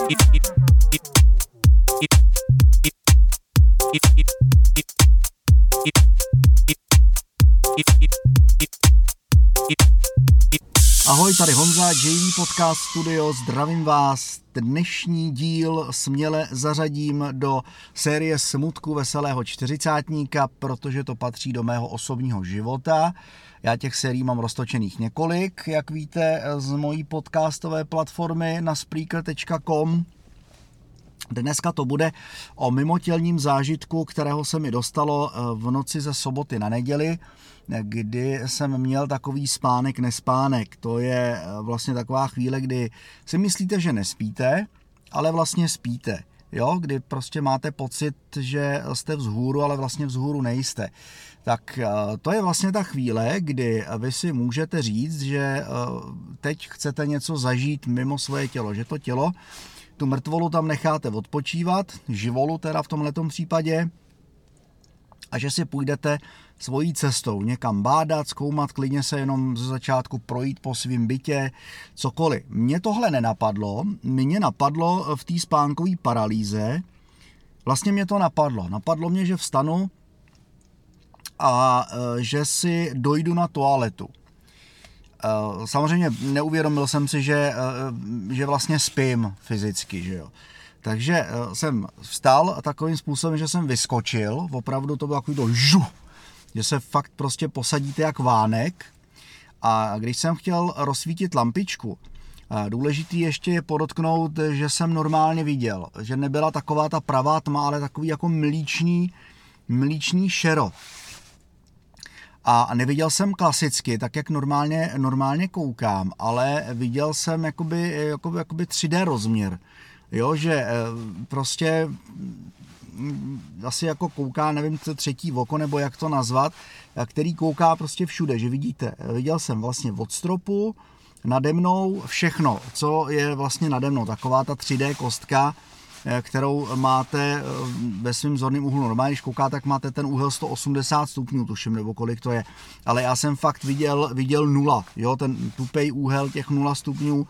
Ahoj, tady Honza, JV Podcast Studio, zdravím vás. Dnešní díl směle zařadím do série Smutku veselého čtyřicátníka, protože to patří do mého osobního života. Já těch sérií mám roztočených několik, jak víte, z mojí podcastové platformy na Spreaker.com. Dneska to bude o mimotělním zážitku, kterého se mi dostalo v noci ze soboty na neděli, kdy jsem měl takový spánek, nespánek. To je vlastně taková chvíle, kdy si myslíte, že nespíte, ale vlastně spíte. Jo? Kdy prostě máte pocit, že jste vzhůru, ale vlastně vzhůru nejste. Tak to je vlastně ta chvíle, kdy vy si můžete říct, že teď chcete něco zažít mimo svoje tělo, že to tělo, tu mrtvolu tam necháte odpočívat, živolu teda v tomhletom případě, a že si půjdete svojí cestou někam bádat, zkoumat, klidně se jenom ze začátku projít po svým bytě, cokoliv. Mně tohle nenapadlo, mě napadlo v té spánkové paralýze, vlastně mě to napadlo mě, že vstanu a že si dojdu na toaletu. Samozřejmě neuvědomil jsem si, že vlastně spím fyzicky, že jo. Takže jsem vstal takovým způsobem, že jsem vyskočil, opravdu to bylo takový to že se fakt prostě posadíte jak vánek, a když jsem chtěl rozsvítit lampičku, důležitý ještě je podotknout, že jsem normálně viděl, že nebyla taková ta pravá tma, ale takový jako mlíčný šero. A neviděl jsem klasicky, tak jak normálně koukám, ale viděl jsem jakoby 3D rozměr. Jo, že prostě asi jako kouká, nevím, co třetí oko, nebo jak to nazvat, který kouká prostě všude, že vidíte. Viděl jsem vlastně od stropu, nade mnou, všechno, co je vlastně nade mnou, taková ta 3D kostka, kterou máte ve svém zorném úhlu. Normálně, když koukáte, tak máte ten úhel 180 stupňů, tuším, nebo kolik to je. Ale já jsem fakt viděl 0, jo, ten tupej úhel těch 0 stupňů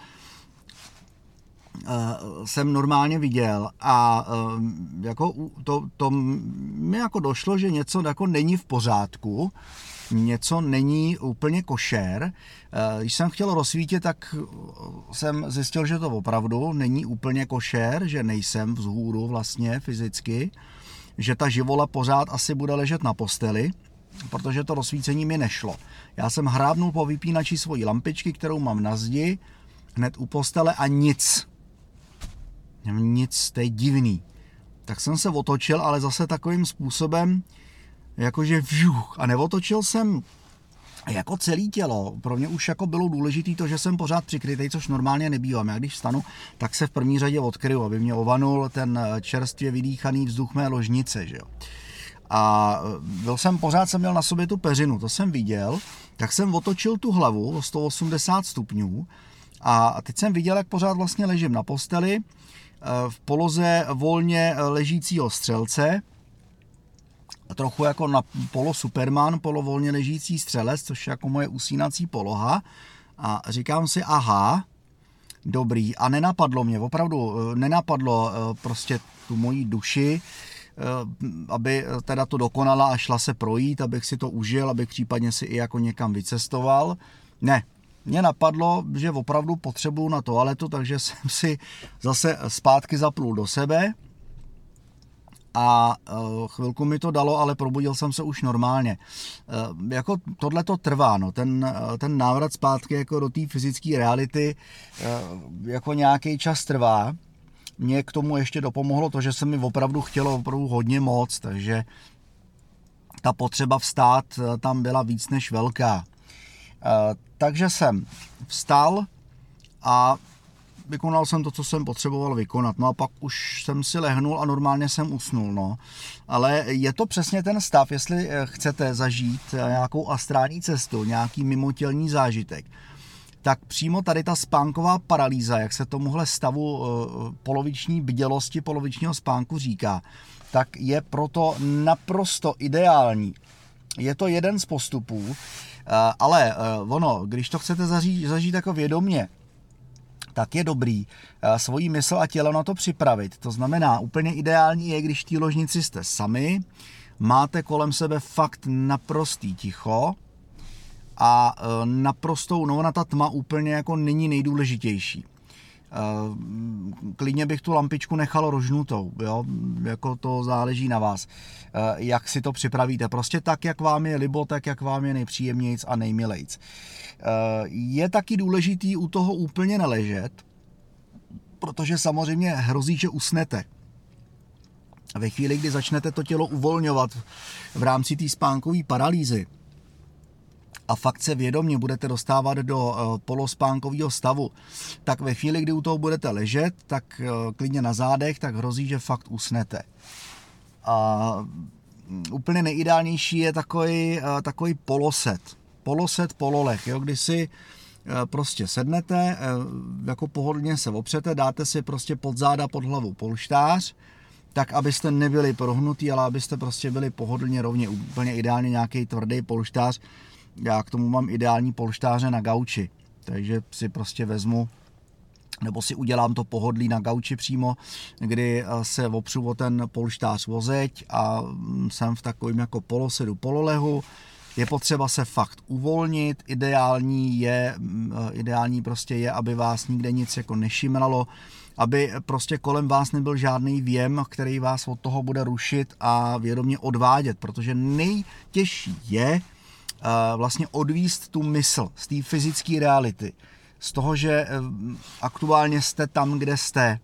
jsem normálně viděl, a jako to mi jako došlo, že něco jako není v pořádku, něco není úplně košer. Když jsem chtěl rozsvítit, tak jsem zjistil, že to opravdu není úplně košer, že nejsem vzhůru vlastně fyzicky, že ta živola pořád asi bude ležet na posteli, protože to rozsvícení mi nešlo. Já jsem hrábnul po vypínači svojí lampičky, kterou mám na zdi, hned u postele, a nic, to je divný. Tak jsem se otočil, ale zase takovým způsobem, jakože a neotočil jsem jako celé tělo. Pro mě už jako bylo důležité to, že jsem pořád přikrytej, což normálně nebývám. Já když vstanu, tak se v první řadě odkryju, aby mě ovanul ten čerstvě vydýchaný vzduch mé ložnice, že jo. A pořád jsem měl na sobě tu peřinu, to jsem viděl, tak jsem otočil tu hlavu o 180 stupňů a teď jsem viděl, jak pořád vlastně ležím na posteli, v poloze volně ležícího střelce, trochu jako na polo Superman, polovolně ležící střelec, což je jako moje usínací poloha, a říkám si, aha, dobrý, a opravdu nenapadlo prostě tu moji duši, aby teda to dokonala a šla se projít, abych si to užil, abych případně si i jako někam vycestoval. Ne, mě napadlo, že opravdu potřebuju na toaletu, takže jsem si zase zpátky zaplul do sebe a chvilku mi to dalo, ale probudil jsem se už normálně. Jako tohle to trvá, no, ten návrat zpátky jako do té fyzické reality jako nějaký čas trvá. Mně k tomu ještě dopomohlo to, že se mi opravdu chtělo hodně moc, takže ta potřeba vstát tam byla víc než velká. Takže jsem vstal a vykonal jsem to, co jsem potřeboval vykonat. No a pak už jsem si lehnul a normálně jsem usnul. No. Ale je to přesně ten stav, jestli chcete zažít nějakou astrální cestu, nějaký mimotělní zážitek, tak přímo tady ta spánková paralýza, jak se tomuhle stavu poloviční bdělosti, polovičního spánku říká, tak je proto naprosto ideální. Je to jeden z postupů, ale když to chcete zažít jako vědomě, tak je dobrý svoji mysl a tělo na to připravit. To znamená, úplně ideální je, když v té ložnici jste sami, máte kolem sebe fakt naprostý ticho a ona ta tma úplně jako není nejdůležitější. Klidně bych tu lampičku nechal rožnutou, jo? Jako to záleží na vás, jak si to připravíte, prostě tak, jak vám je libo, tak, jak vám je nejpříjemnějc a nejmilejc. Je taky důležitý u toho úplně neležet, protože samozřejmě hrozí, že usnete. Ve chvíli, kdy začnete to tělo uvolňovat v rámci té spánkové paralýzy a fakt se vědomě budete dostávat do polospánkového stavu, tak ve chvíli, kdy u toho budete ležet, tak klidně na zádech, tak hrozí, že fakt usnete. A úplně nejideálnější je takový pololeh, jo, kdy si prostě sednete, jako pohodlně se opřete, dáte si prostě pod záda, pod hlavu polštář, tak abyste nebyli prohnutí, ale abyste prostě byli pohodlně rovně, úplně ideálně nějaký tvrdý polštář. Já k tomu mám ideální polštáře na gauči, takže si prostě vezmu, nebo si udělám to pohodlí na gauči přímo, kdy se opřu o ten polštář o zeď a jsem v takovém jako polosedu, pololehu. Je potřeba se fakt uvolnit, ideální prostě je, aby vás nikde nic jako nešimralo, aby prostě kolem vás nebyl žádný věm, který vás od toho bude rušit a vědomě odvádět, protože nejtěžší je vlastně odvíst tu mysl z té fyzické reality, z toho, že aktuálně jste tam, kde jste.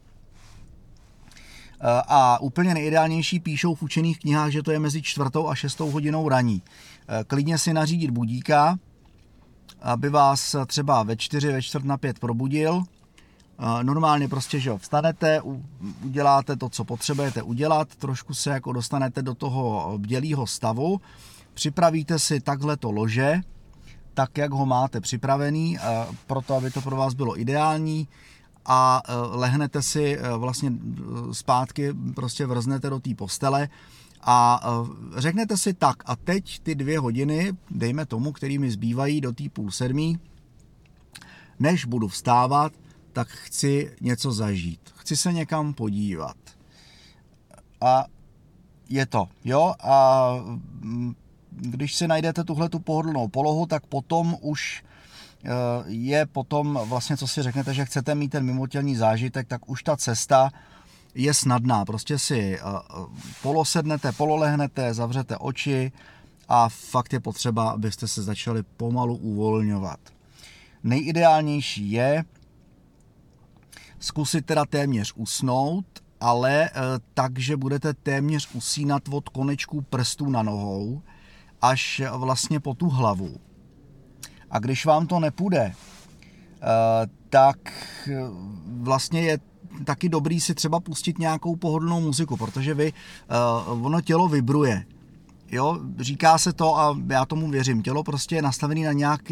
A úplně nejideálnější píšou v učených knihách, že to je mezi 4. a 6. hodinou raní. Klidně si nařídit budíka, aby vás třeba ve 4, ve 4:45 probudil. Normálně prostě, že vstanete, uděláte to, co potřebujete udělat, trošku se jako dostanete do toho bdělého stavu, připravíte si takhle to lože, tak, jak ho máte připravený, proto, aby to pro vás bylo ideální, a lehnete si vlastně zpátky, prostě vrznete do té postele a řeknete si tak, a teď ty 2 hodiny, dejme tomu, který mi zbývají do té 6:30, než budu vstávat, tak chci něco zažít, chci se někam podívat. A je to, jo, a když si najdete tuhletu pohodlnou polohu, tak potom už je potom vlastně, co si řeknete, že chcete mít ten mimotělní zážitek, tak už ta cesta je snadná. Prostě si polosednete, pololehnete, zavřete oči a fakt je potřeba, abyste se začali pomalu uvolňovat. Nejideálnější je zkusit teda téměř usnout, ale tak, že budete téměř usínat od konečků prstů na nohou až vlastně po tu hlavu. A když vám to nepůjde, tak vlastně je taky dobrý si třeba pustit nějakou pohodlnou muziku, protože ono tělo vibruje. Jo, říká se to a já tomu věřím. Tělo prostě je nastavené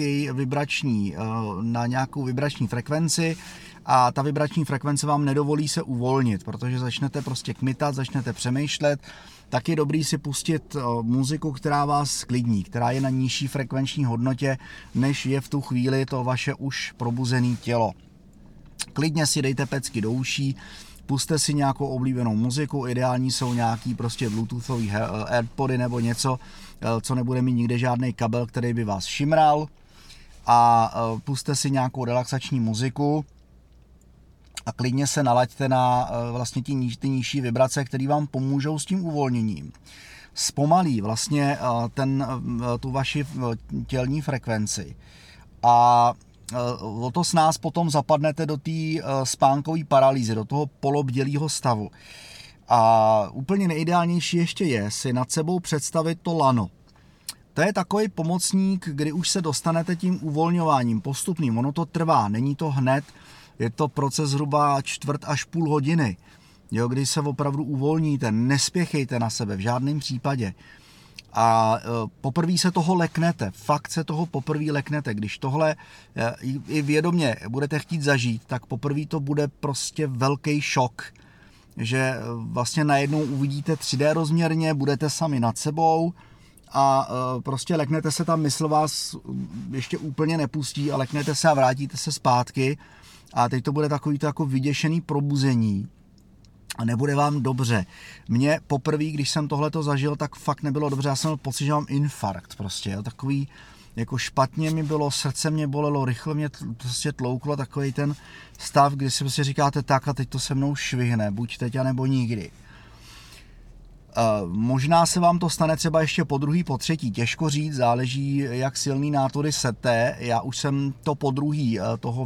na nějakou vibrační frekvenci a ta vibrační frekvence vám nedovolí se uvolnit, protože začnete prostě kmitat, začnete přemýšlet. Tak je dobrý si pustit muziku, která vás sklidní, která je na nižší frekvenční hodnotě, než je v tu chvíli to vaše už probuzené tělo. Klidně si dejte pecky do uší, puste si nějakou oblíbenou muziku, ideální jsou nějaký prostě bluetoothový airpody nebo něco, co nebude mít nikde žádný kabel, který by vás šimral, a puste si nějakou relaxační muziku a klidně se nalaďte na vlastně ty nižší vibrace, které vám pomůžou s tím uvolněním. Zpomalí vlastně tu vaši tělní frekvenci a o to s nás potom zapadnete do té spánkové paralýzy, do toho polobdělého stavu. A úplně nejideálnější ještě je si nad sebou představit to lano. To je takový pomocník, kdy už se dostanete tím uvolňováním postupným. Ono to trvá, není to hned, je to proces zhruba 1/4 až půl hodiny. Jo, kdy se opravdu uvolníte, nespěchejte na sebe v žádném případě. A poprvé se toho leknete, fakt se toho poprvé leknete. Když tohle i vědomě budete chtít zažít, tak poprvé to bude prostě velký šok, že vlastně najednou uvidíte 3D rozměrně, budete sami nad sebou a prostě leknete se, ta mysl vás ještě úplně nepustí a leknete se a vrátíte se zpátky a teď to bude takový to jako vyděšený probuzení a nebude vám dobře. Mně poprvé, když jsem tohleto zažil, tak fakt nebylo dobře, já jsem měl pocit, že mám infarkt prostě, jo, takový jako špatně mi bylo, srdce mě bolelo, rychle mě prostě tlouklo, takový ten stav, kdy si prostě říkáte tak a teď to se mnou švihne, buď teď a nebo nikdy. Možná se vám to stane třeba ještě po druhý, po třetí, těžko říct, záleží, jak silný nátory sete. Já už jsem to po druhý toho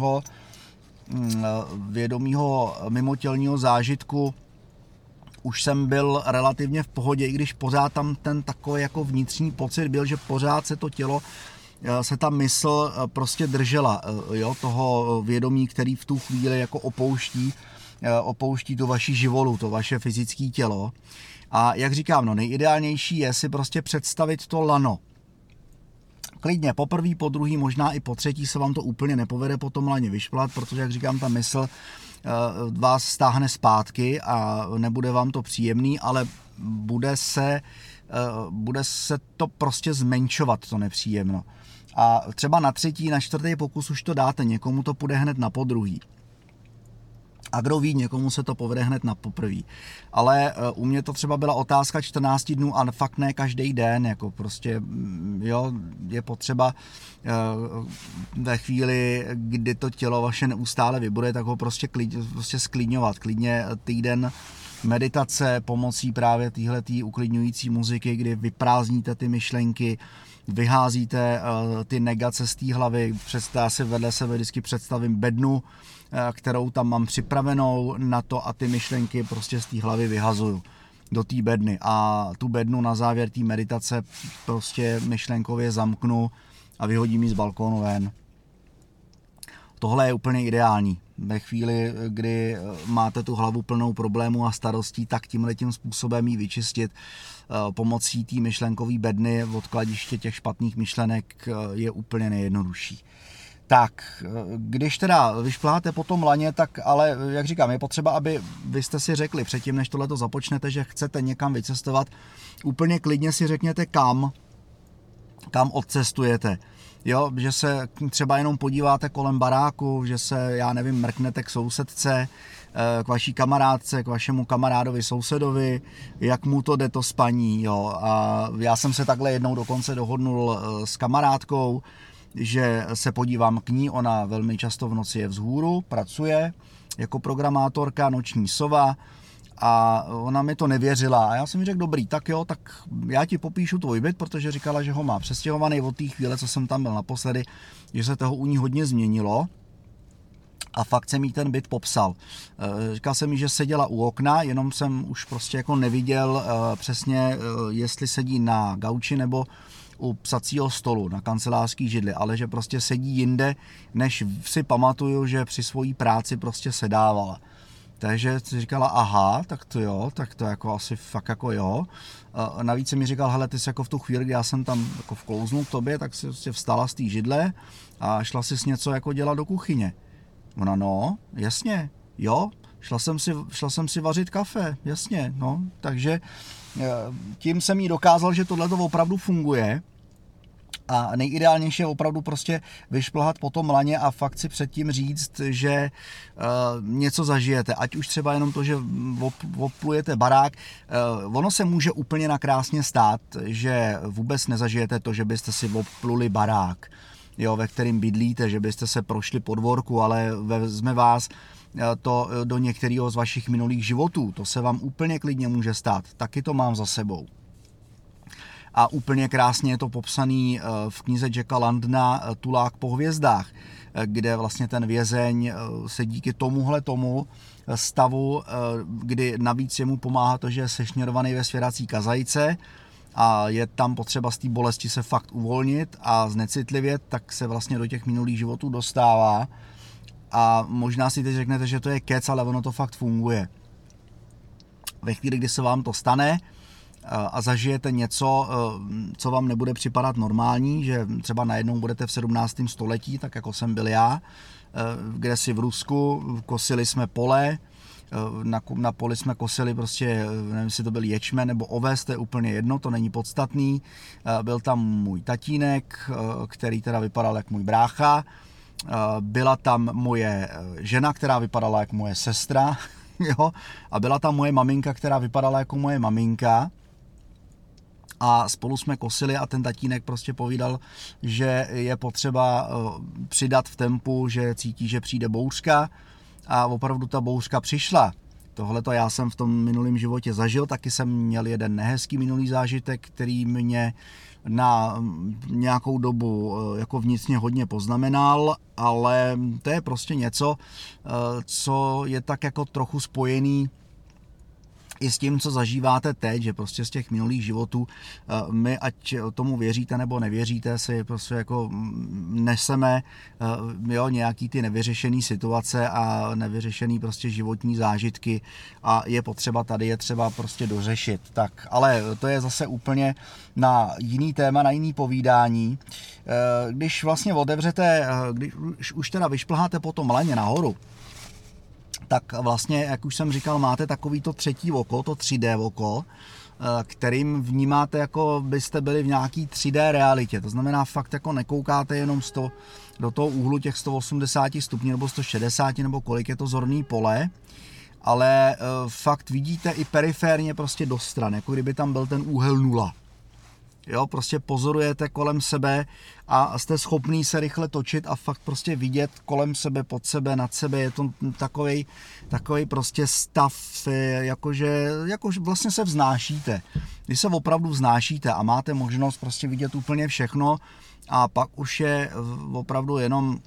vědomího mimotělního zážitku už jsem byl relativně v pohodě, i když pořád tam ten takový jako vnitřní pocit byl, že pořád se to tělo, se ta mysl prostě držela, jo, toho vědomí, který v tu chvíli jako opouští tu vaši živolu, to vaše fyzické tělo. A jak říkám, no nejideálnější je si prostě představit to lano. Klidně po prvý, po druhý, možná i po třetí se vám to úplně nepovede po tom laně vyšplat, protože, jak říkám, ta mysl vás stáhne zpátky a nebude vám to příjemný, ale bude se to prostě zmenšovat, to nepříjemno. A třeba na třetí, na čtvrtý pokus už to dáte, někomu to půjde hned na podruhý. A kdo ví, někomu se to povede hned na poprvý. Ale u mě to třeba byla otázka 14 dnů a fakt ne každý den, jako prostě, jo, je potřeba ve chvíli, kdy to tělo vaše neustále vybuje, tak ho prostě sklidňovat. Klidně týden meditace pomocí právě téhletý uklidňující muziky, kdy vyprázdníte ty myšlenky, vyházíte ty negace z té hlavy, já si vedle sebe vždycky představím bednu, kterou tam mám připravenou na to a ty myšlenky prostě z té hlavy vyhazuju do té bedny a tu bednu na závěr té meditace prostě myšlenkově zamknu a vyhodím ji z balkónu ven. Tohle je úplně ideální. Ve chvíli, kdy máte tu hlavu plnou problémů a starostí, tak tímhletím způsobem ji vyčistit pomocí té myšlenkové bedny, odkladiště těch špatných myšlenek je úplně nejjednodušší. Tak, když teda vyšpláte po tom laně, tak ale, jak říkám, je potřeba, aby vy jste si řekli předtím, než tohleto započnete, že chcete někam vycestovat, úplně klidně si řekněte kam odcestujete. Jo, že se třeba jenom podíváte kolem baráku, že se, já nevím, mrknete k sousedce, k vaší kamarádce, k vašemu kamarádovi, sousedovi, jak mu to jde to spaní, jo. A já jsem se takhle jednou dokonce dohodnul s kamarádkou, že se podívám k ní, ona velmi často v noci je vzhůru, pracuje jako programátorka, noční sova a ona mi to nevěřila a já jsem jí řekl, dobrý, tak jo, tak já ti popíšu tvůj byt, protože říkala, že ho má přestěhovaný od té chvíle, co jsem tam byl naposledy, že se toho u ní hodně změnilo a fakt jsem jí ten byt popsal. Říkal jsem jí, že seděla u okna, jenom jsem už prostě jako neviděl přesně, jestli sedí na gauči nebo u psacího stolu na kancelářský židli, ale že prostě sedí jinde, než si pamatuju, že při svojí práci prostě sedávala. Takže si říkala, aha, tak to jo, tak to jako asi fakt jako jo. A navíc mi říkal, hele, ty jsi jako v tu chvíli, kdy já jsem tam jako vklouznul k tobě, tak si prostě vstala z té židle a šla si s něco jako dělat do kuchyně. Ona, no, jasně, jo, šla jsem si vařit kafe, jasně, no, takže tím jsem jí dokázal, že tohle to opravdu funguje a nejideálnější je opravdu prostě vyšplhat po tom laně a fakt si předtím říct, že něco zažijete, ať už třeba jenom to, že oplujete barák, ono se může úplně nakrásně stát, že vůbec nezažijete to, že byste si opluli barák, jo, ve kterým bydlíte, že byste se prošli po dvorku, ale vezme vás to do některého z vašich minulých životů. To se vám úplně klidně může stát. Taky to mám za sebou. A úplně krásně je to popsaný v knize Jacka Landona Tulák po hvězdách, kde vlastně ten vězeň se díky tomu stavu, kdy navíc jemu pomáhá to, že je sešněrovaný ve svěrací kazajce a je tam potřeba z té bolesti se fakt uvolnit a znecitlivět, tak se vlastně do těch minulých životů dostává. A možná si teď řeknete, že to je kec, ale ono to fakt funguje. Ve chvíli, kdy se vám to stane a zažijete něco, co vám nebude připadat normální, že třeba najednou budete v 17. století, tak jako jsem byl já, kde si v Rusku kosili jsme pole, na poli jsme kosili prostě, nevím, jestli to byl ječmen nebo oves, to je úplně jedno, to není podstatný. Byl tam můj tatínek, který teda vypadal jak můj brácha, byla tam moje žena, která vypadala jako moje sestra, jo, a byla tam moje maminka, která vypadala jako moje maminka. A spolu jsme kosili a ten tatínek prostě povídal, že je potřeba přidat v tempu, že cítí, že přijde bouřka, a opravdu ta bouřka přišla. Tohleto já jsem v tom minulém životě zažil, taky jsem měl jeden nehezký minulý zážitek, který mě na nějakou dobu jako vnitřně hodně poznamenal, ale to je prostě něco, co je tak jako trochu spojený i s tím, co zažíváte teď, že prostě z těch minulých životů my, ať tomu věříte nebo nevěříte, si prostě jako neseme nějaký ty nevyřešený situace a nevyřešený prostě životní zážitky a je potřeba tady je třeba prostě dořešit. Tak, ale to je zase úplně na jiný téma, na jiný povídání. Když vlastně otevřete, když už teda vyšplháte po tom laně nahoru, tak vlastně, jak už jsem říkal, máte takový to třetí oko, to 3D oko, kterým vnímáte, jako byste byli v nějaký 3D realitě. To znamená, fakt jako nekoukáte jenom do toho úhlu těch 180 stupňů nebo 160 nebo kolik je to zorný pole, ale fakt vidíte i periférně prostě do stran, jako kdyby tam byl ten úhel 0. Jo, prostě pozorujete kolem sebe a jste schopný se rychle točit a fakt prostě vidět kolem sebe, pod sebe, nad sebe. Je to takovej prostě stav, jakože vlastně se vznášíte. Když se opravdu vznášíte a máte možnost prostě vidět úplně všechno a pak už je opravdu jenom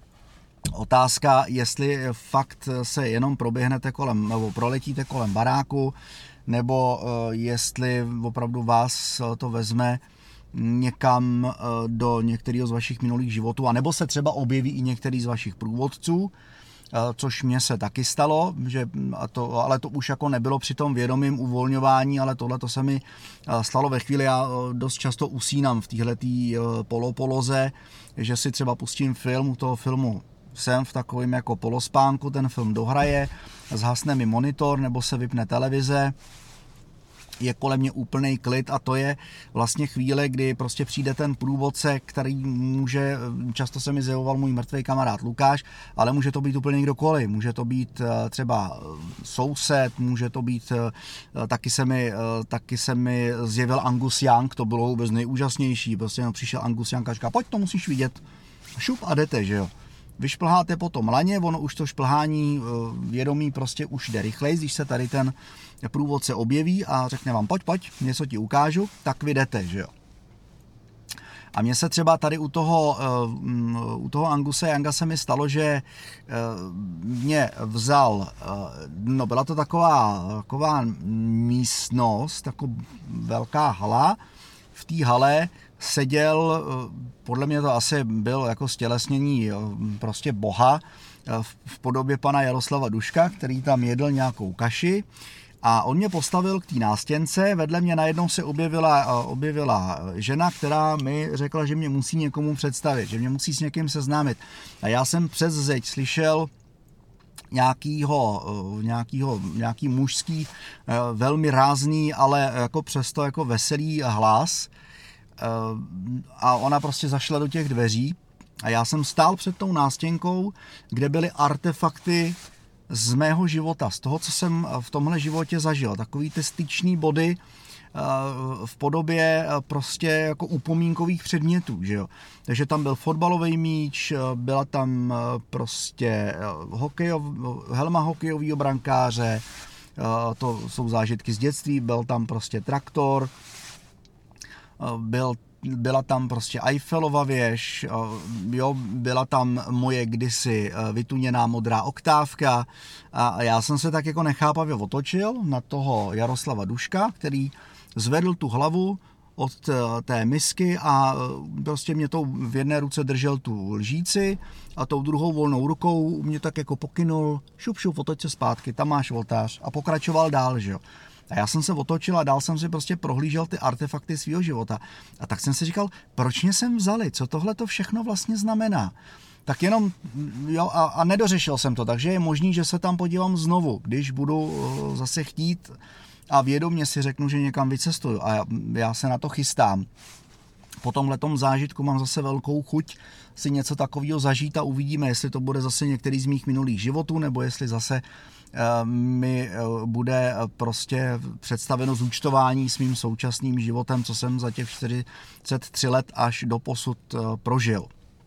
otázka, jestli fakt se jenom proběhnete kolem, nebo proletíte kolem baráku, nebo jestli opravdu vás to vezme někam do některého z vašich minulých životů, anebo se třeba objeví i některý z vašich průvodců, což mně se taky stalo, ale to už jako nebylo při tom vědomém uvolňování, ale tohle to se mi stalo ve chvíli, já dost často usínám v téhletý polopoloze, že si třeba pustím film, u toho filmu jsem v takovém jako polospánku, ten film dohraje, zhasne mi monitor nebo se vypne televize, je kolem mě úplnej klid a to je vlastně chvíle, kdy prostě přijde ten průvodce, který může, často se mi zjevoval můj mrtvý kamarád Lukáš, ale může to být úplně kdokoliv, může to být třeba soused, může to být, taky se mi zjevil Angus Young, to bylo vůbec nejúžasnější, prostě přišel Angus Young a říká, pojď, to musíš vidět, šup a jdete, že jo. Vy šplháte po tom laně, ono už to šplhání vědomí prostě už jde rychleji, když se tady ten průvodce objeví a řekne vám pojď, něco ti ukážu, tak vy jdete, že jo. A mně se třeba tady u toho Anguse Younga se mi stalo, že mě vzal, byla to taková místnost, taková velká hala, v té hale seděl, podle mě to asi byl jako stělesnění prostě boha v podobě pana Jaroslava Duška, který tam jedl nějakou kaši a on mě postavil k té nástěnce, vedle mě najednou se objevila žena, která mi řekla, že mě musí někomu představit, že mě musí s někým seznámit. A já jsem přes zeď slyšel nějaký mužský, velmi rázný, ale jako přesto jako veselý hlas. A ona prostě zašla do těch dveří a já jsem stál před tou nástěnkou, kde byly artefakty z mého života, z toho, co jsem v tomhle životě zažil. Takový ty styční body v podobě prostě jako upomínkových předmětů, že jo. Takže tam byl fotbalový míč, byla tam prostě helma hokejového brankáře, to jsou zážitky z dětství, byl tam prostě traktor, byla tam prostě Eiffelova věž, jo, byla tam moje kdysi vytuněná modrá oktávka a já jsem se tak jako nechápavě otočil na toho Jaroslava Duška, který zvedl tu hlavu od té misky a prostě mě v jedné ruce držel tu lžíci a tou druhou volnou rukou mě tak jako pokynul, šup, otoč se zpátky, tam máš oltář a pokračoval dál, že jo. A já jsem se otočil a dál jsem si prostě prohlížel ty artefakty svého života. A tak jsem si říkal, proč mě sem vzali, co tohle to všechno vlastně znamená. Tak jenom, jo, a nedořešil jsem to, takže je možný, že se tam podívám znovu, když budu zase chtít a vědomě si řeknu, že někam vycestuju a já se na to chystám. Po tomhletom zážitku mám zase velkou chuť si něco takového zažít a uvidíme, jestli to bude zase některý z mých minulých životů, nebo jestli zase mi bude prostě představeno zúčtování s mým současným životem, co jsem za těch 43 let až doposud prožil.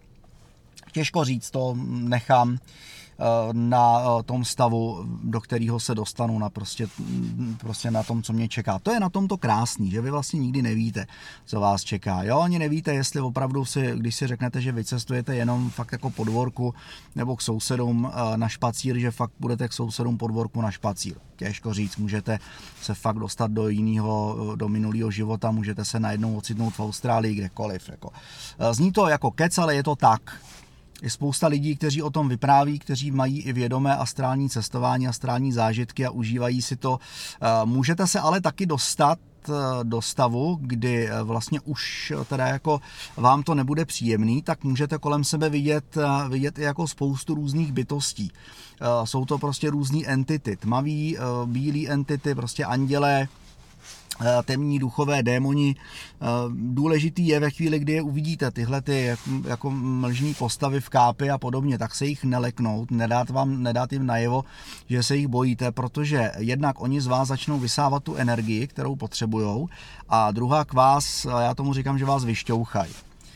Těžko říct, to nechám na tom stavu, do kterého se dostanu, prostě na tom, co mě čeká. To je na tomto krásný, že vy vlastně nikdy nevíte, co vás čeká. Jo, ani nevíte, jestli opravdu když si řeknete, že vycestujete jenom fakt jako po dvorku nebo k sousedům na špacír, že fakt budete k sousedům po dvorku na špacír. Těžko říct, můžete se fakt dostat do minulého života, můžete se najednou ocitnout v Austrálii, kdekoliv. Jako. Zní to jako kec, ale je to tak. Je spousta lidí, kteří o tom vypráví, kteří mají i vědomé astrální cestování, astrální zážitky a užívají si to. Můžete se ale taky dostat do stavu, kdy vlastně už teda jako vám to nebude příjemný, tak můžete kolem sebe vidět i jako spoustu různých bytostí. Jsou to prostě různý entity, tmavý, bílý entity, prostě andělé, temní duchové démoni. Důležitý je ve chvíli, kdy je uvidíte tyhle jako mlžní postavy v kápi a podobně, tak se jich neleknout, nedát jim najevo, že se jich bojíte, protože jednak oni z vás začnou vysávat tu energii, kterou potřebujou, a druhá k vás, já tomu říkám, že vás vyšťouchají.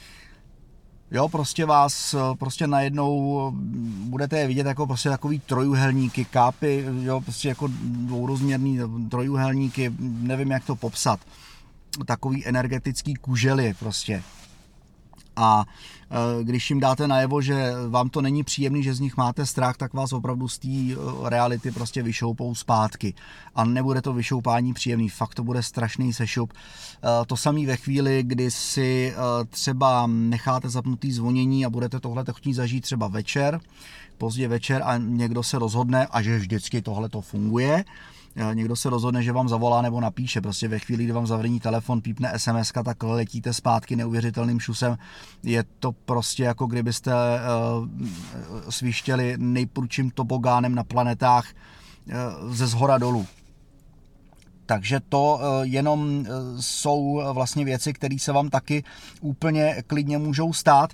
Jo, prostě najednou budete je vidět jako prostě takový trojuhelníky, kápy, jo, prostě jako dvourozměrný trojuhelníky, nevím, jak to popsat. Takový energetický kužely prostě. A když jim dáte najevo, že vám to není příjemný, že z nich máte strach, tak vás opravdu z té reality prostě vyšoupou zpátky. A nebude to vyšoupání příjemný, fakt to bude strašný sešup. To samé ve chvíli, kdy si třeba necháte zapnutý zvonění a budete tohle chtít zažít třeba pozdě večer a někdo se rozhodne, a že vždycky tohle to funguje, někdo se rozhodne, že vám zavolá nebo napíše. Prostě ve chvíli, kdy vám zavření telefon, pípne SMS-ka, tak letíte zpátky neuvěřitelným šusem. Je to prostě jako kdybyste svištěli nejprudším tobogánem na planetách ze zhora dolů. Takže to jenom jsou vlastně věci, které se vám taky úplně klidně můžou stát.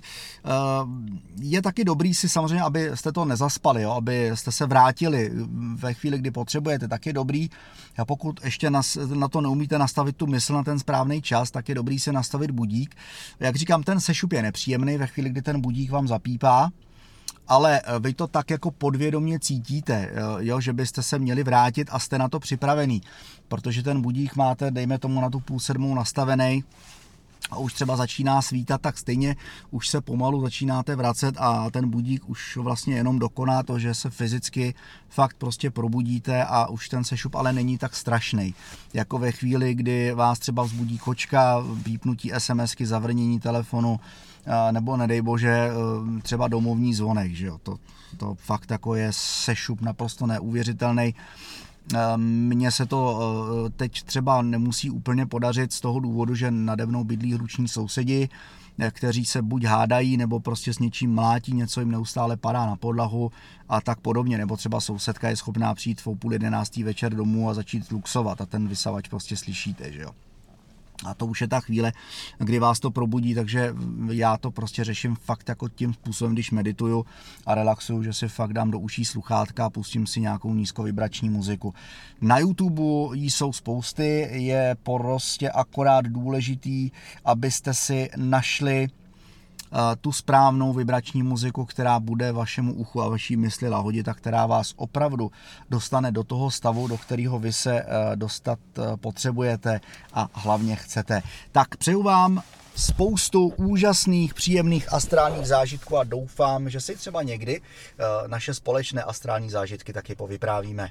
Je taky dobrý si samozřejmě, abyste to nezaspali, jo? Abyste se vrátili ve chvíli, kdy potřebujete, tak je dobrý, a pokud ještě na to neumíte nastavit tu mysl na ten správný čas, tak je dobrý si nastavit budík. Jak říkám, ten sešup je nepříjemný ve chvíli, kdy ten budík vám zapípá, ale vy to tak jako podvědomě cítíte, jo, že byste se měli vrátit a jste na to připravený, protože ten budík máte, dejme tomu, na tu 6:30 nastavený a už třeba začíná svítat, tak stejně už se pomalu začínáte vracet a ten budík už vlastně jenom dokoná to, že se fyzicky fakt prostě probudíte a už ten sešup ale není tak strašný. Jako ve chvíli, kdy vás třeba vzbudí kočka, pípnutí SMSky, zavrnění telefonu, nebo nedej bože třeba domovní zvonek, že jo, to fakt jako je sešup naprosto neuvěřitelný. Mně se to teď třeba nemusí úplně podařit z toho důvodu, že nade mnou bydlí hluční sousedi, kteří se buď hádají, nebo prostě s něčím mlátí, něco jim neustále padá na podlahu a tak podobně, nebo třeba sousedka je schopná přijít v 10:30 večer domů a začít luxovat a ten vysavač prostě slyšíte, že jo. A to už je ta chvíle, kdy vás to probudí, takže já to prostě řeším fakt jako tím způsobem, když medituju a relaxuju, že si fakt dám do uší sluchátka a pustím si nějakou nízkovibrační muziku. Na YouTube jí jsou spousty, je prostě akorát důležitý, abyste si našli tu správnou vibrační muziku, která bude vašemu uchu a vaší mysli lahodit a která vás opravdu dostane do toho stavu, do kterého vy se dostat potřebujete a hlavně chcete. Tak přeju vám spoustu úžasných, příjemných astrálních zážitků a doufám, že si třeba někdy naše společné astrální zážitky taky povyprávíme.